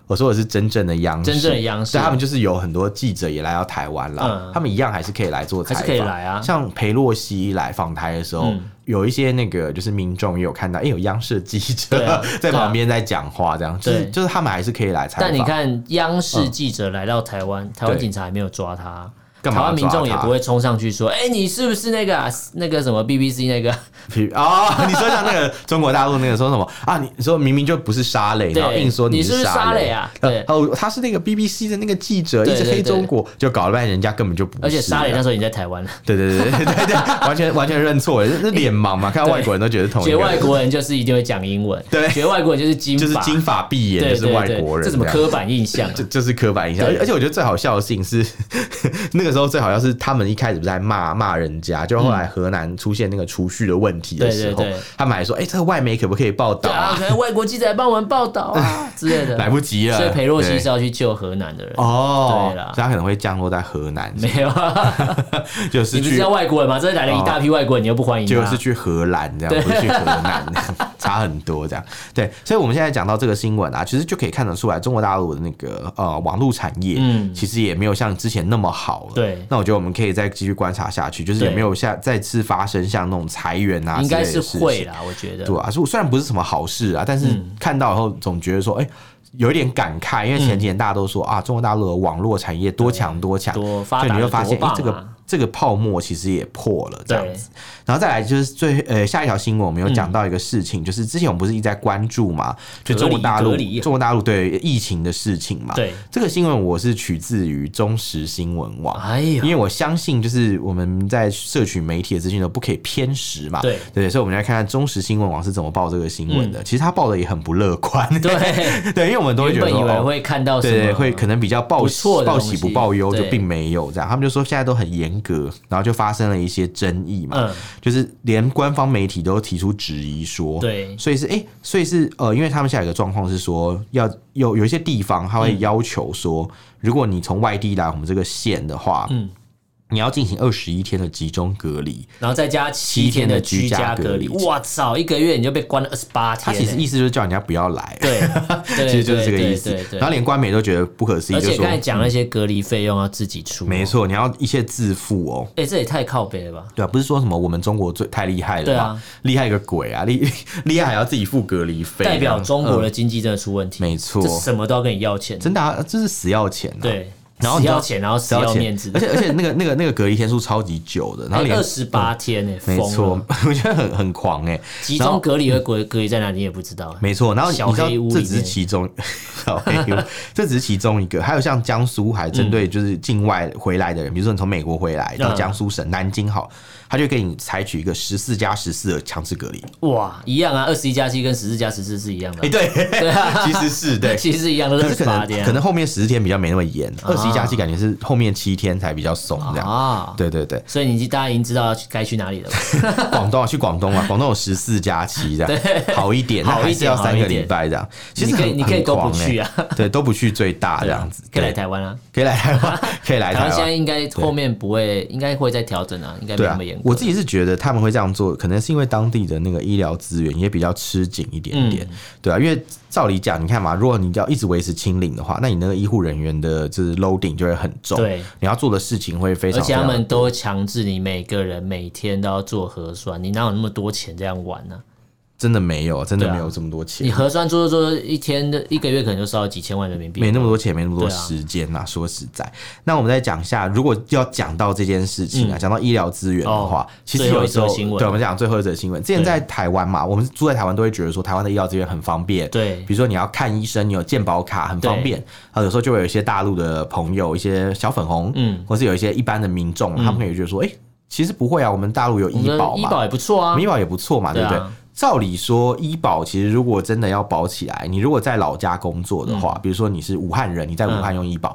我说的是真正的央视， 真正的央视， 对，他们就是有很多记者也来到台湾了，嗯、他们一样还是可以来做采访， 还是可以来啊。 像裴洛西来访台的时候。嗯，有一些那个就是民众也有看到，哎、欸，有央视记者、啊、在旁边在讲话，这样，就是就是他们还是可以来采访。 但你看，央视记者来到台湾，嗯、台湾警察还没有抓他。台湾民众也不会冲上去说：“哎、欸，你是不是那个、啊、那个什么 B B C 那个？” 哦，你说像那个中国大陆那个说什么啊？你说明明就不是沙磊，然后硬说你是沙磊啊？对， 哦，他是那个 B B C 的那个记者，一直黑中国，就搞了半天人家根本就不是。 而且沙磊那时候已经在台湾了。 对对对对对对，完全完全认错了，那脸盲嘛，看到外国人都觉得同一个。 觉得外国人就是一定会讲英文，对，觉得外国人就是金发， 就是金发碧眼就是外国人， 这什么刻板印象？ 就就是刻板印象。而且我觉得最好笑的事情是，那个时候最好笑是他们一开始不是在骂骂人家，就后来河南出现那个储蓄的问题的时候，他们还说：“哎，这个外媒可不可以报道啊？ 可能外国记者来帮我们报道啊之类的。” 来不及了， 所以裴洛西是要去救河南的人哦， 对啦， 所以他可能会降落在河南。 没有啊， 就是你不是要外国人吗？这来了一大批外国人，你又不欢迎他， 就是去荷兰这样，不是去河南，差很多这样。对，所以我们现在讲到这个新闻啊，其实就可以看得出来，中国大陆的那个呃网络产业，嗯，其实也没有像之前那么好了。对，那我觉得我们可以再继续观察下去，就是有没有下再次发生像那种裁员啊， 应该是会啦，我觉得。 对啊，虽然不是什么好事啊，但是看到以后总觉得说，哎、欸。有一点感慨，因为前几年大家都说、嗯、啊，中国大陆的网络产业多强多强， 多发达， 就你会发现，哎、 啊欸，这个这个泡沫其实也破了这样子。然后再来就是最呃下一条新闻，我们有讲到一个事情、嗯，就是之前我们不是一直在关注嘛，就中国大陆中国大陆对疫情的事情嘛。对，这个新闻我是取自于中时新闻网，哎呀，因为我相信就是我们在摄取媒体的资讯都不可以偏食嘛。对对，所以我们来看看中时新闻网是怎么报这个新闻的。嗯、其实他报的也很不乐观。对对，因为我们都会觉得原本以为会看到什么， 对，会可能比较报喜报喜不报忧，就并没有这样。他们就说现在都很严格，然后就发生了一些争议嘛，嗯、就是连官方媒体都提出质疑说，对，所以是哎、欸，所以是呃，因为他们现在有一个状况是说，要有有一些地方他会要求说，嗯、如果你从外地来我们这个县的话，嗯。你要进行二十一天的集中隔离， 然后再加七天的居家隔离。哇操，一个月你就被关了二十八天。 他其实意思就是叫人家不要来， 对， 其实就是这个意思。然后连官媒都觉得不可思议， 而且刚才讲那些隔离费用要自己出、哦， 没错，你要一切自付哦。 哎、欸，这也太靠北了吧？ 对啊，不是说什么我们中国最太厉害了，对啊，厉害个鬼啊！厉厉害还要自己付隔离费， 代表中国的经济真的出问题。 嗯、没错， 什么都要跟你要钱， 真的、啊，这是死要钱、啊。 对。然后死要钱，然后死要面子， 而且而且那个那个那个隔离天数超级久的，然后连二十八天呢、欸， 没错，我觉得很很狂哎、欸。 集中隔离会隔隔离在哪你也不知道、欸， 没错。然后你知道这只是其中小黑屋，这只是其中一个，还有像江苏还针对就是境外回来的人，嗯、比如说你从美国回来到江苏省南京好。他就给你采取一个十四加十四的强制隔离， 哇，一样啊，二十一加七跟十四加十四是一样的、啊， 哎、欸，对，对啊，其实是对， 其实是一样的， 可是可能可能后面十天比较没那么严，二十一加七感觉是后面七天才比较松这样，啊，对对对， 所以你大家已经知道该去哪里了吧？ 广东啊，去广东啊，广东有十四加七这样，好一点， 好一点， 要三个礼拜这样，其实你可以都不去啊， 对，都不去最大这样子， 可以来台湾啊， 可以来台湾，可以来台湾， 现在应该后面不会，应该会再调整啊，应该没那么严格。 我自己是觉得。他们会这样做，可能是因为当地的那个医疗资源也比较吃紧一点点，嗯、对啊，因为照理讲，你看嘛，如果你要一直维持清零的话，那你那个医护人员的就是 loading 就会很重，对，你要做的事情会非常， 而且他们都强制你每个人每天都要做核酸，你哪有那么多钱这样玩呢、啊？ 真的没有，真的没有这么多钱。 你核酸做做做，一天的一个月可能就烧了几千万人民币， 没那么多钱，没那么多时间呐、啊。说实在，那我们再讲一下，如果要讲到这件事情啊，讲、嗯、到医疗资源的话，哦、其实有时候，对，我们讲最后一则新闻。之前在台湾嘛，我们住在台湾都会觉得说，台湾的医疗资源很方便。对，比如说你要看医生，你有健保卡，很方便。啊，有时候就会有一些大陆的朋友，一些小粉红，嗯，或是有一些一般的民众，嗯、他们可以觉得说，哎、欸，其实不会啊，我们大陆有医保嘛， 医保也不错啊， 医保也不错嘛，对不对？照理说，医保其实如果真的要保起来，你如果在老家工作的话，嗯、比如说你是武汉人，你在武汉用医保，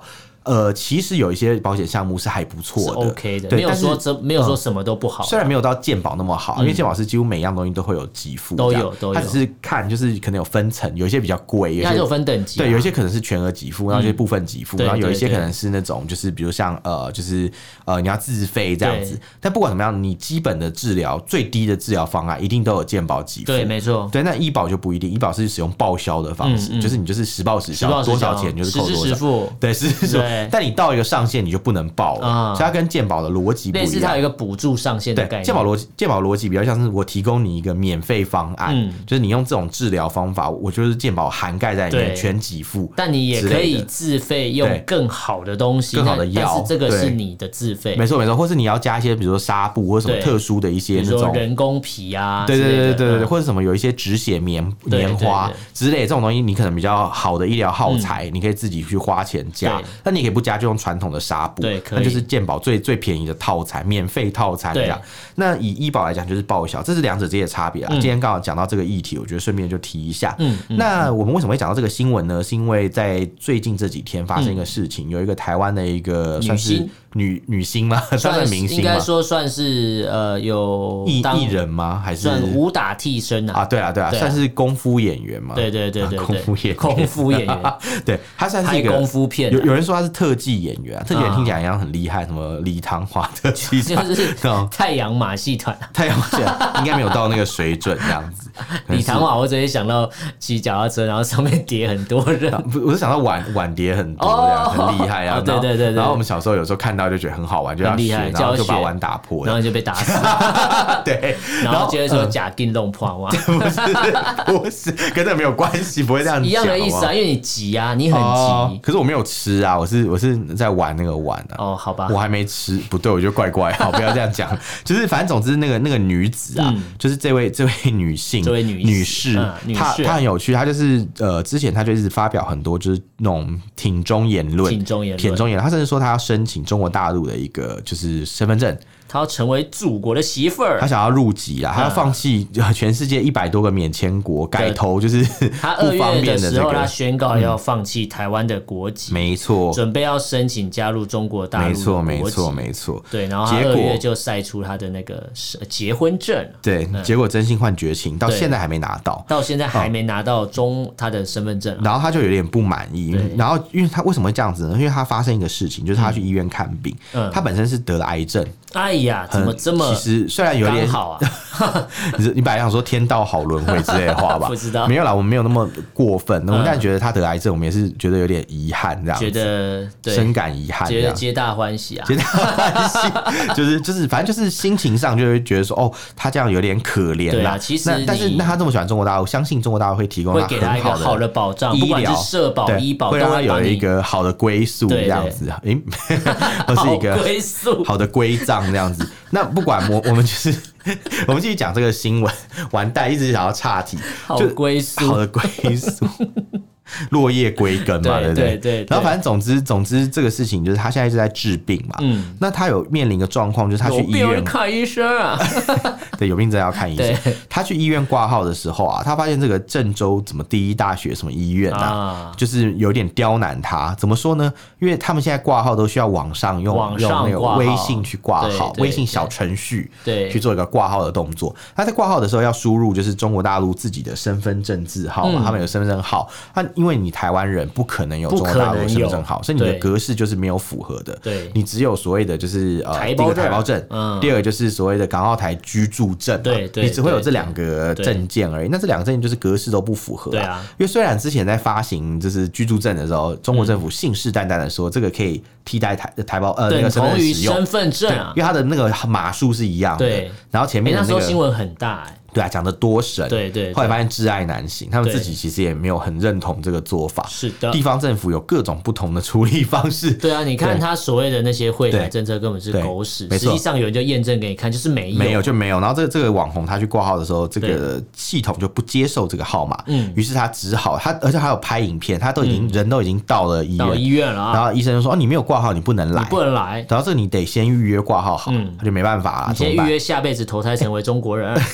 呃，其实有一些保险项目是还不错的， 是 OK 的，没有说这没有说什么都不好、啊嗯。 虽然没有到健保那么好，因为健保是几乎每样东西都会有给付， 都有都有。 它只是看就是可能有分层，有一些比较贵，有些有分等级、啊， 对，有一些可能是全额给付，然后有些部分给付、嗯，然后有一些可能是那种就是比如像呃就是呃你要自费这样子。但不管怎么样，你基本的治疗最低的治疗方案一定都有健保给付， 对，没错。 对，那医保就不一定，医保是使用报销的方式，嗯嗯、就是你就是实报实销，多少钱就是扣多少， 实支实付， 对，实支实付。但你到一个上限，你就不能报了，嗯、所以它跟健保的逻辑不一样。 类似它有一个补助上限的概念。 健保逻辑，健保逻辑比较像是我提供你一个免费方案、嗯，就是你用这种治疗方法，我就是健保涵盖在里面，全给付。 但你也可以自费用更好的东西， 更好的药， 但是这个是你的自费。 没错没错，或是你要加一些，比如说纱布或什么特殊的一些那种人工皮啊， 对对对对对对，嗯、或者什么有一些止血棉棉花之类的这种东西，你可能比较好的医疗耗材、嗯，你可以自己去花钱加。那你可以不加，就用传统的纱布， 对， 那就是健保最最便宜的套餐，免费套餐这样。那以医保来讲，就是报销，这是两者之间的差别啦。嗯、今天刚好讲到这个议题，我觉得顺便就提一下。嗯嗯、那我们为什么会讲到这个新闻呢？是因为在最近这几天发生一个事情，嗯、有一个台湾的一个算是女女星吗？算是明星吗？ 应该说算是呃有艺艺人吗？还是算武打替身啊？ 啊，对啊对啊，算是功夫演员嘛？ 对对对对， 功夫演员， 功夫演员， 对，他算是一个功夫片。 有有人说他是特技演员，特技演员听起来一样很厉害，什么李唐华特技， 就是太阳马戏团， 太阳马戏团应该没有到那个水准这样子。 李唐华，我直接想到骑脚踏车，然后上面叠很多人， 我是想到碗碗叠很多这样，很厉害啊。 对对对， 然后我们小时候有时候看到就觉得很好玩，就要学，然后就把碗打破， 然后就被打死。 对， 然后就会说假定弄破嘛， 不是不是，跟这没有关系，不会这样讲。 一样的意思啊，因为你急啊，你很急。 可是我没有吃啊，我是我是在玩那个碗啊。 哦，好吧， 我还没吃，不对，我觉得怪怪。好，不要这样讲。就是反正总之那个那个女子啊，就是这位这位女性， 这位女女士，她她很有趣，她就是呃之前她就一直发表很多就是那种挺中言论， 挺中言论， 挺中言论。她甚至说她要申请中国大陆的一个就是身份证。 他要成为祖国的媳妇儿， 他想要入籍啊，他要放弃全世界一百多个免签国，改投就是不方便的这个。他二月的时候， 他宣告要放弃台湾的国籍， 没错， 准备要申请加入中国大陆的国籍， 没错，没错，没错。 对，然后他二月就晒出他的那个结婚证， 对，嗯、结果真心换绝情，到现在还没拿到， 到现在还没拿到中他的身份证， 然后他就有点不满意，然后因为他为什么会这样子呢？因为他发生一个事情，就是他去医院看病，嗯、他本身是得了癌症。 哎呀，怎么这么？ 其实虽然有点好啊， 你你本来想说天道好轮回之类的话吧？ 不知道，没有啦，我们没有那么过分。我们但觉得他得癌症，我们也是觉得有点遗憾，这样觉得深感遗憾， 觉得皆大欢喜啊， 皆大欢喜，就是就是反正就是心情上就会觉得说，哦，他这样有点可怜啦。 其实但是那他这么喜欢中国大陆，相信中国大陆会提供他很好的好的保障，不管是社保、医保， 会让他有一个好的归宿，这样子，诶，或是一个归宿好的归葬这样子。那不管我我们就是我们继续讲这个新闻，完蛋，一直想要岔题， 好归宿， 好的归宿。落叶归根嘛，对不对？ 对对。 然后反正总之总之这个事情就是他现在就在治病嘛。嗯。那他有面临一个状况，就是他去医院看医生啊。 对，有病真的要看医生。他去医院挂号的时候啊，他发现这个郑州怎么第一大学什么医院啊，啊就是有点刁难他。怎么说呢？因为他们现在挂号都需要网上用用那个微信去挂号，微信小程序对去做一个挂号的动作。他在挂号的时候要输入就是中国大陆自己的身份证字号嘛，嗯、他们有身份证号。那因为你台湾人不可能有中国大陆的身份证号，所以你的格式就是没有符合的。 对， 你只有所谓的就是呃，第一个台胞证，嗯，第二个就是所谓的港澳台居住证， 对对， 你只会有这两个证件而已。那这两个证件就是格式都不符合， 对啊。 因为虽然之前在发行就是居住证的时候，中国政府信誓旦旦的说这个可以替代台台胞呃那个身份证使用， 身份证啊， 因为它的那个码数是一样的。 对， 然后前面的那个那时候新闻很大哎。 对啊，讲得多神， 对 对, 对， 后来发现挚爱难行，他们自己其实也没有很认同这个做法。 是的， 地方政府有各种不同的处理方式。 对啊，你看他所谓的那些惠台政策根本是狗屎，实际上有人就验证给你看，就是没有， 没有就没有。然后这个这个网红他去挂号的时候，这个系统就不接受这个号码，嗯，于是他只好他，而且还有拍影片，他都已经、嗯、人都已经到了医院， 到医院了、啊， 然后医生就说：“哦，你没有挂号，你不能来， 你不能来。” 然后这个你得先预约挂号好，嗯、他就没办法了， 你先预约下辈子投胎成为中国人。 哎、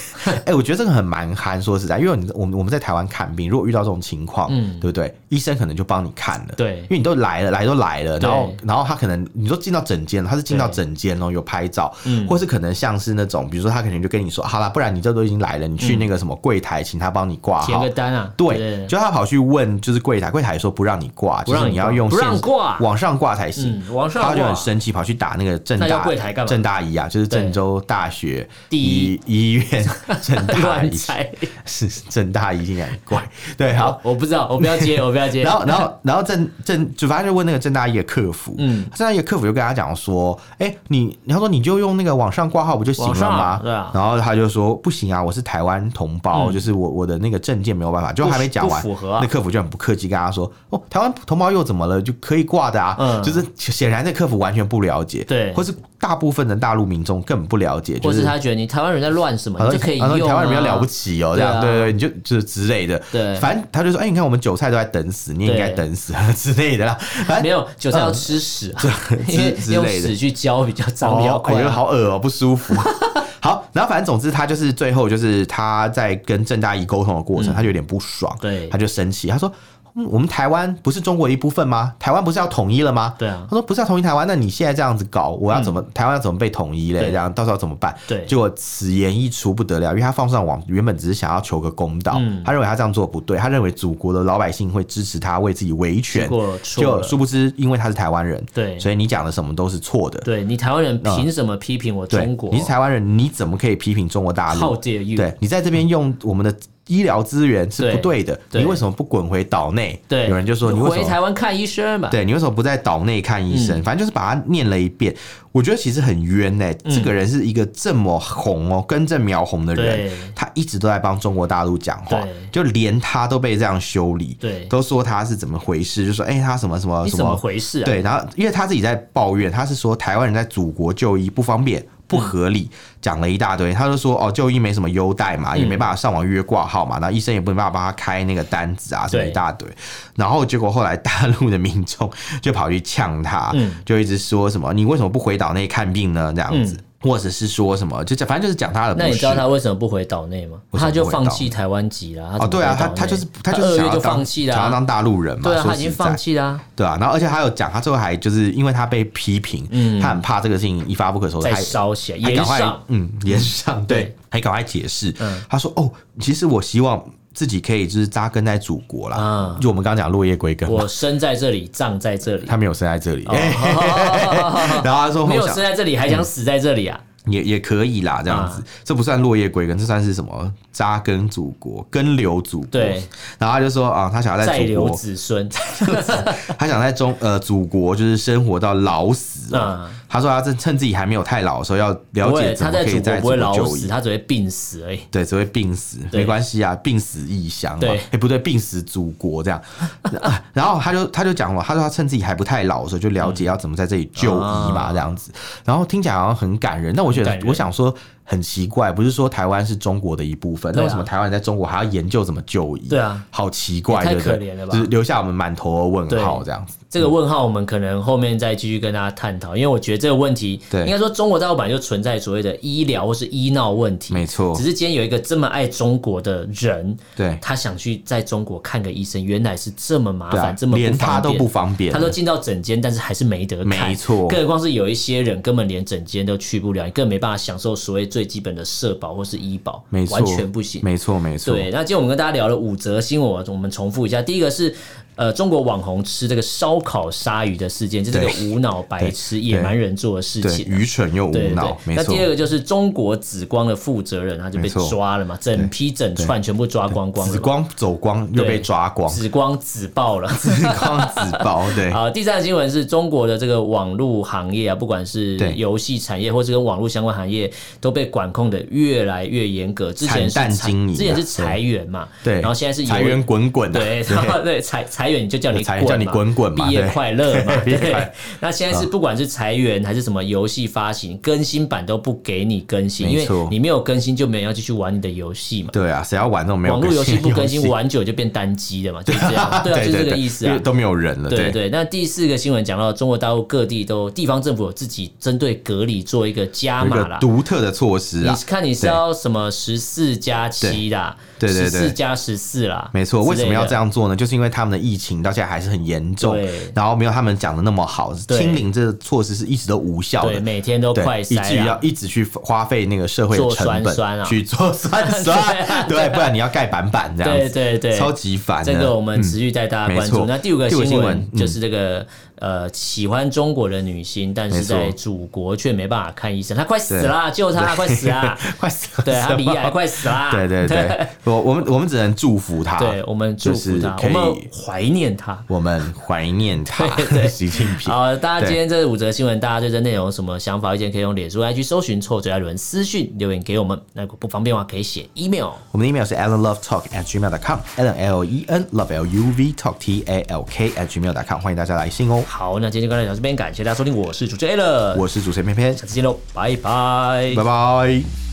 哎、欸，我觉得这个很蛮憨，说实在，因为你我们我们在台湾看病，如果遇到这种情况，嗯，对不对？医生可能就帮你看了， 对， 因为你都来了，来都来了，然后然后他可能你说进到诊间，他是进到诊间哦，有拍照，嗯，或是可能像是那种，比如说他可能就跟你说，好啦，不然你这都已经来了，你去那个什么柜台，请他帮你挂号， 填个单啊， 对，对对，就他跑去问，就是柜台，柜台说不让你挂，就是你要用不让挂， 往上挂才行， 嗯，往上挂， 他就很生气，跑去打那个政大柜台干嘛？ 政大医啊，就是郑州大学第一医院政大医，是政大医，听起来很怪，对，好， 我不知道，我不要接，我不要接， 然后然后然后郑郑就反正就问那个政大医的客服，嗯，政大医的客服就跟他讲说，哎、欸，你他说你就用那个网上挂号不就行了吗？ 对啊， 然后他就说不行啊，我是台湾同胞，嗯、就是我我的那个证件没有办法，就还没讲完， 不符合啊， 那客服就很不客气跟他说，哦，台湾同胞又怎么了，就可以挂的啊，嗯、就是显然那客服完全不了解， 对， 或是大部分的大陆民众根本不了解，就是、 或是他觉得你台湾人在乱什么，你就可以用、啊， 台湾人比较了不起哦，这样，对对对，你就就是之类的， 对， 反正他就说，哎、欸，你看我们韭菜都在等死，你也应该等死之类的啦， 没有韭菜要吃屎啊，嗯、因为用屎去浇比较脏比较快、啊， 我觉得好恶哦、喔，不舒服。好，然后反正总之他就是最后就是他在跟郑大医沟通的过程，嗯、他就有点不爽， 对， 他就生气，他说。嗯、我们台湾不是中国的一部分吗？台湾不是要统一了吗？ 对啊， 他说不是要统一台湾，那你现在这样子搞，我要怎么、嗯、台湾要怎么被统一嘞？这样到时候怎么办？ 对， 结果此言一出不得了，因为他放上网原本只是想要求个公道，嗯、他认为他这样做不对，他认为祖国的老百姓会支持他为自己维权，就殊不知因为他是台湾人， 对， 所以你讲的什么都是错的。 对，你台湾人凭什么批评我中国？ 你是台湾人，你怎么可以批评中国大陆 ？How dare you？ 对，你在这边用我们的医疗资源是不对的，对，你为什么不滚回岛内？ 对， 有人就说你为什么回台湾看医生吧？ 对，你为什么不在岛内看医生？嗯、反正就是把他念了一遍。我觉得其实很冤哎、欸，嗯、这个人是一个这么红哦，根正苗红的人，他一直都在帮中国大陆讲话，就连他都被这样修理， 对， 都说他是怎么回事，就说哎、欸、他什么什么什么怎么回事啊？ 对，然后因为他自己在抱怨，他是说台湾人在祖国就医不方便。不合理，讲了一大堆，他就说哦，就医没什么优待嘛，也没办法上网预约挂号嘛，然后医生也没办法帮他开那个单子啊，什么一大堆，然后结果后来大陆的民众就跑去呛他，嗯、就一直说什么你为什么不回岛内看病呢？这样子。嗯或者是说什么，就反正就是讲他的。 那你知道他为什么不回岛内吗？他就放弃台湾籍了。 哦，对啊，他他就是他就是想要当放弃了， 想要当大陆人嘛。 对啊，他已经放弃了。 对啊，然后而且他有讲，他最后还就是因为他被批评，嗯、他很怕这个事情一发不可收拾， 再烧起来，延上， 嗯，延上，对，还赶快解释。嗯、他说：“哦，其实我希望。”自己可以就是扎根在祖国啦，啊、就我们刚刚讲落叶归根， 我生在这里，葬在这里。 他没有生在这里，哦、然后他说没有生在这里，还想死在这里啊？ 嗯、也也可以啦，这样子，啊、这不算落叶归根，这算是什么？扎根祖国，根留祖国。 对， 然后他就说啊，他想要在祖国再留子孙， 他想在中呃祖国就是生活到老死、啊。嗯他说他趁自己还没有太老的时候，要了解怎么可以在祖国就医。 他只会病死而已。 对，只会病死，没关系啊，病死异乡嘛。对，哎、欸，不对，病死祖国这样。然后他就他就讲了，他说他趁自己还不太老的时候，就了解要怎么在这里就医嘛，这样子。然后听起来好像很感人，但我觉得，我想说。很奇怪，不是说台湾是中国的一部分，那、啊、为什么台湾人在中国还要研究怎么就医？ 对啊， 好奇怪， 太可怜了吧？ 就是留下我们满头的问号这样子。 这个问号我们可能后面再继续跟大家探讨，因为我觉得这个问题，应该说中国大陆本来就存在所谓的医疗或是医闹问题， 没错。 只是今天有一个这么爱中国的人， 对， 他想去在中国看个医生，原来是这么麻烦，啊、这么不方便， 连他都不方便， 他都进到诊间，但是还是没得看， 没错。 更何况是有一些人根本连诊间都去不了，你更没办法享受所谓最基本的社保或是医保， 没错， 完全不行， 没错没错。 对，那今天我们跟大家聊了五则新闻，我们重复一下。第一个是呃，中国网红吃这个烧烤鲨鱼的事件，这是个无脑白痴野蛮人做的事情， 愚蠢又无脑。没错。 那第二个就是中国紫光的负责人，他就被抓了嘛，整批整串全部抓光光了， 紫光走光又被抓光， 紫光紫爆了， 紫光紫爆。对啊，第三个新闻是中国的这个网络行业啊，不管是游戏产业或是跟网络相关行业，都被管控的越来越严格。之前是惨淡经营， 之前是裁员嘛， 对， 然后现在是裁员滚滚， 对，然后对裁裁。 裁员你就叫你滚嘛， 叫你滚滚嘛， 毕业快乐嘛，对。那现在是不管是裁员还是什么游戏发行更新版都不给你更新，因为你没有更新就没人要继续玩你的游戏嘛。 对啊，谁要玩这种没有网络游戏不更新，玩久就变单机的嘛，就是这样。对啊，就是这个意思啊， 都没有人了。 对对。那第四个新闻讲到中国大陆各地都地方政府有自己针对隔离做一个加码啦， 独特的措施啊。 你看你是要什么十四加七啦，对对对，十四加十四啦， 没错。为什么要这样做呢？就是因为他们的疫情到现在还是很严重，然后没有他们讲的那么好，清零这个措施是一直都无效的， 对，每天都快筛， 以至于要一直去花费那个社会成本去做酸酸，对，不然你要盖板板这样子， 对对对， 超级烦。 这个我们持续带大家关注。那第五个新闻就是这个。呃，喜欢中国的女星，但是在祖国却没办法看医生，她快死了，救她，快死啊， 快死了， 对，她离癌快死啦， 对对对，我我们我们只能祝福她， 对，我们祝福她，我们怀念她， 我们怀念她，对，习近平。 好，大家今天这五则新闻，大家对这内容有什么想法、意见，可以用脸书 I G 搜寻臭嘴艾伦私讯留言给我们。那如果不方便的话，可以写 email， 我们的 email 是 allenlovetalk at gmail dot com，allen L E N love L U V talk T A L K at gmail dot com， 欢迎大家来信哦。 好，那今天就跟大家到这边，感谢大家收听，我是主持人 Allen， 我是主持人偏偏， 下次见喽，拜拜， 拜拜。